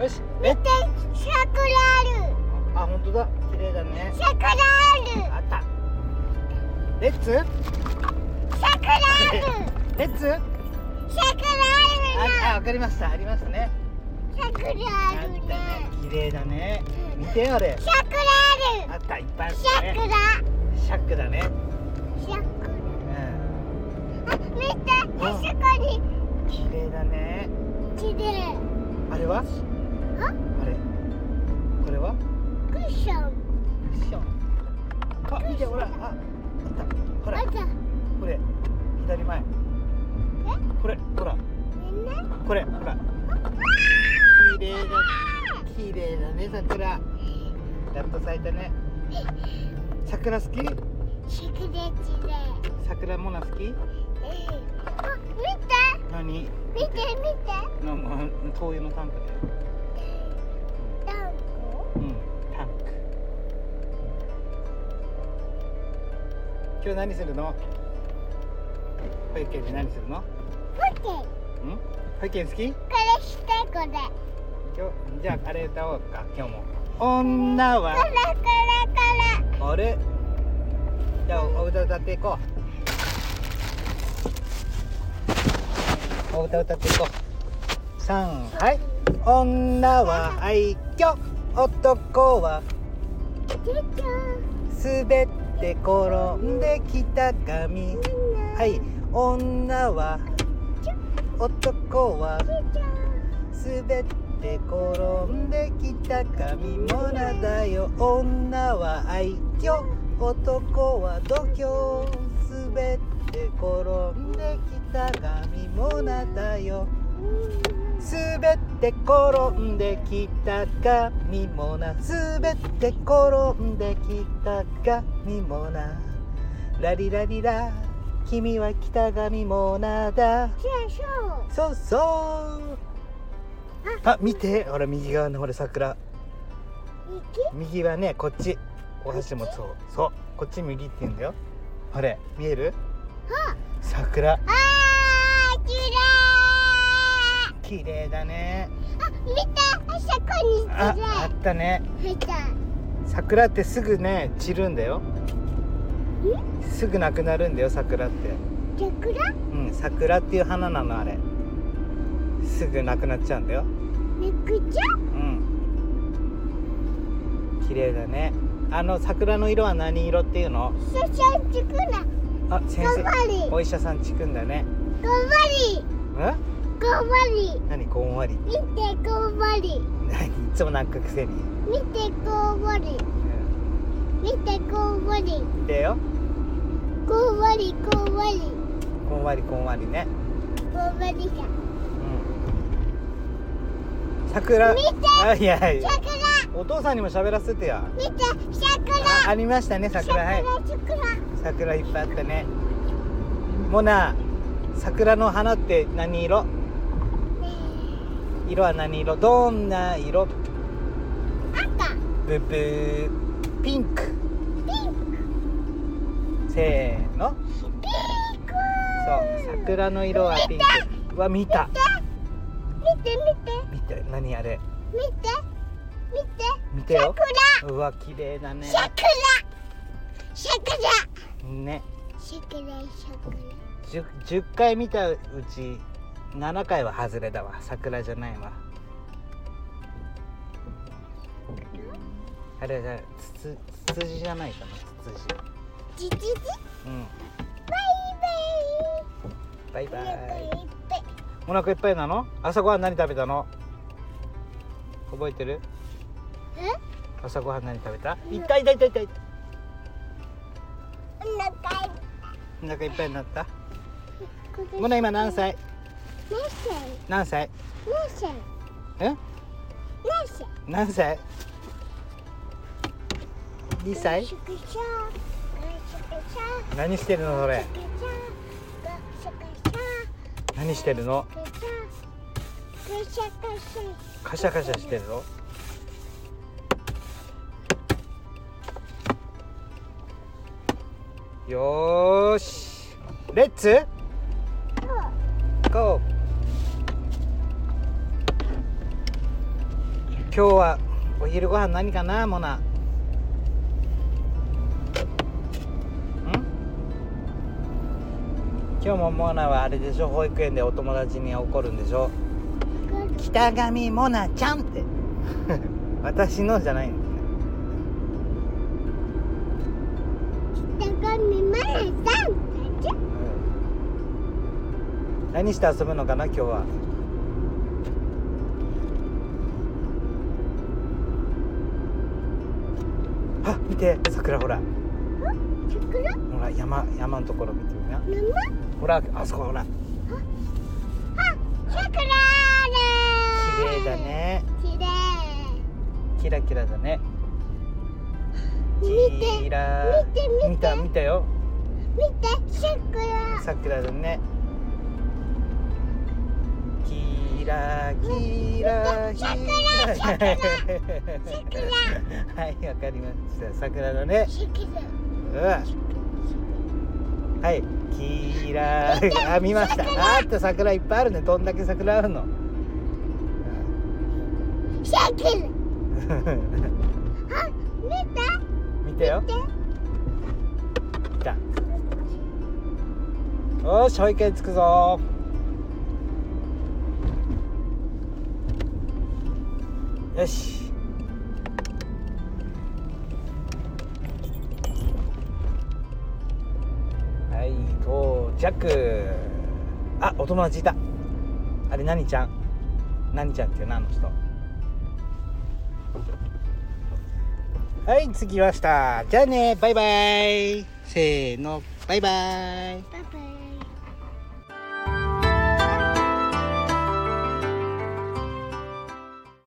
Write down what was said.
よし、 見て、桜ある。 あ、本当だ、綺麗だね。 桜ある。 あった。レッツ。 桜ある。 レッツ。 桜あるわかりました。ありますね。 な。桜あるね。 綺麗だね。見てあれ。 桜ある。 あった、いっぱいあるね。 桜。 シャックだね。 桜。 うあ、見て、あそこに。 ん。綺麗だね。 綺麗。 あれは？ あ、 あれ。これは？ クッション。 クッション。あ、見てほら。あった。ほら。 あった。 これ。左前。これ。ほら。 みんな。 これ。ほら。綺麗だ。綺麗だね、桜。やっと咲いたね。桜好き？ 桜綺麗。 桜モナ好き？ あ、見て。 何？ 見て見て。 灯油のタンクだよ。 タンク。 うん、タンク。今日何するの？保育園で何するの？ オッケー。 うん？保育園好き？ これしてこれ。 じゃああれ歌おうか、今日も。女はこれあれ？じゃあお歌歌っていこう。お歌歌っていこう。3、はい。女は愛嬌、男は滑って転んできた髪。はい。女は男は滑って転んできた髪もなだよ。女は愛嬌、男は度胸。滑って転んできた髪もなだよ。滑って転んできた髪もな。滑って転んできた髪もな。ラリラリラ、君は北上もなだ。そうそう。あ、見て、ほら右側のほら桜。右はね、こっち。お箸持つ方。そう、こっち右って言うんだよ。ほれ、見える？桜。綺麗だね。 あ、見て、あそこにあったね。桜ってすぐね散るんだよ。すぐなくなるんだよ、桜って。 桜？ うん、桜っていう花なの、あれ。すぐなくなっちゃうんだよ。 めくちゃ？ うん。綺麗だね。桜の色は何色っていうの？あ、先生。お医者さんちくんだね。 こんばり。こんばり。 何こんわり？ 見てこんばり。 何いつもなんかくせに。 見てこんばり。見てこんばり。 見てよ。 こんばりこんばり。 こんわりこんわりね。 こんばりだ。 桜。 見て。 いやいや。 桜。 お父さんにも喋らせてや。 見て桜。 ありましたね、桜。はい。桜いっぱいあったね。モナ、桜の花って何色？色は何色？どんな色？ 赤。 ブブー。ピンク。せーの。 ピンク。 そう、桜の色はピンク。うわ、見た。 見て。 見て、何あれ？ 見て。 見てよ。 桜。 うわ、綺麗だね。 桜。 ね。 桜。 10回見たうち7回は外れだわ。桜じゃないわ。あれじゃツツジじゃないかな。ツジ。 じじじ。 うん。バイバイ。 お腹いっぱい。 お腹いっぱいなの？朝ごはん何食べたの？覚えてる？朝ごはん何食べた？痛い。お腹いっぱいになった？モナ今何歳？何歳？何歳？2歳？何してるのそれ？何してるの？カシャカシャしてるの？よーし、レッツゴー。 今日はお昼ご飯何かな、モナ。今日もモナはあれでしょ、保育園でお友達に怒るんでしょ。北上モナちゃんって私のじゃないの。 北上モナさん。 何して遊ぶのかな今日は。あ、見て桜、ほら桜？ ほら、山のところ見てみな。ほら、あそこほら。 あ、桜だ。 綺麗だね。 綺麗。 キラキラだね。 見てキラ。見たよ。 見て、 桜だね。キラキラキラ。はい、わかりました。桜だね。はい、キラ。あ、見ました。あった桜いっぱいあるね。どんだけ桜あるの。見てよ。見た。よし、保育園着くぞ。よし。はい、到着。あ、お友達いた。あれ、何ちゃんっていうの、あの人。はい、着きました。じゃあね、バイバイ。せーの、バイバイ。 パパ。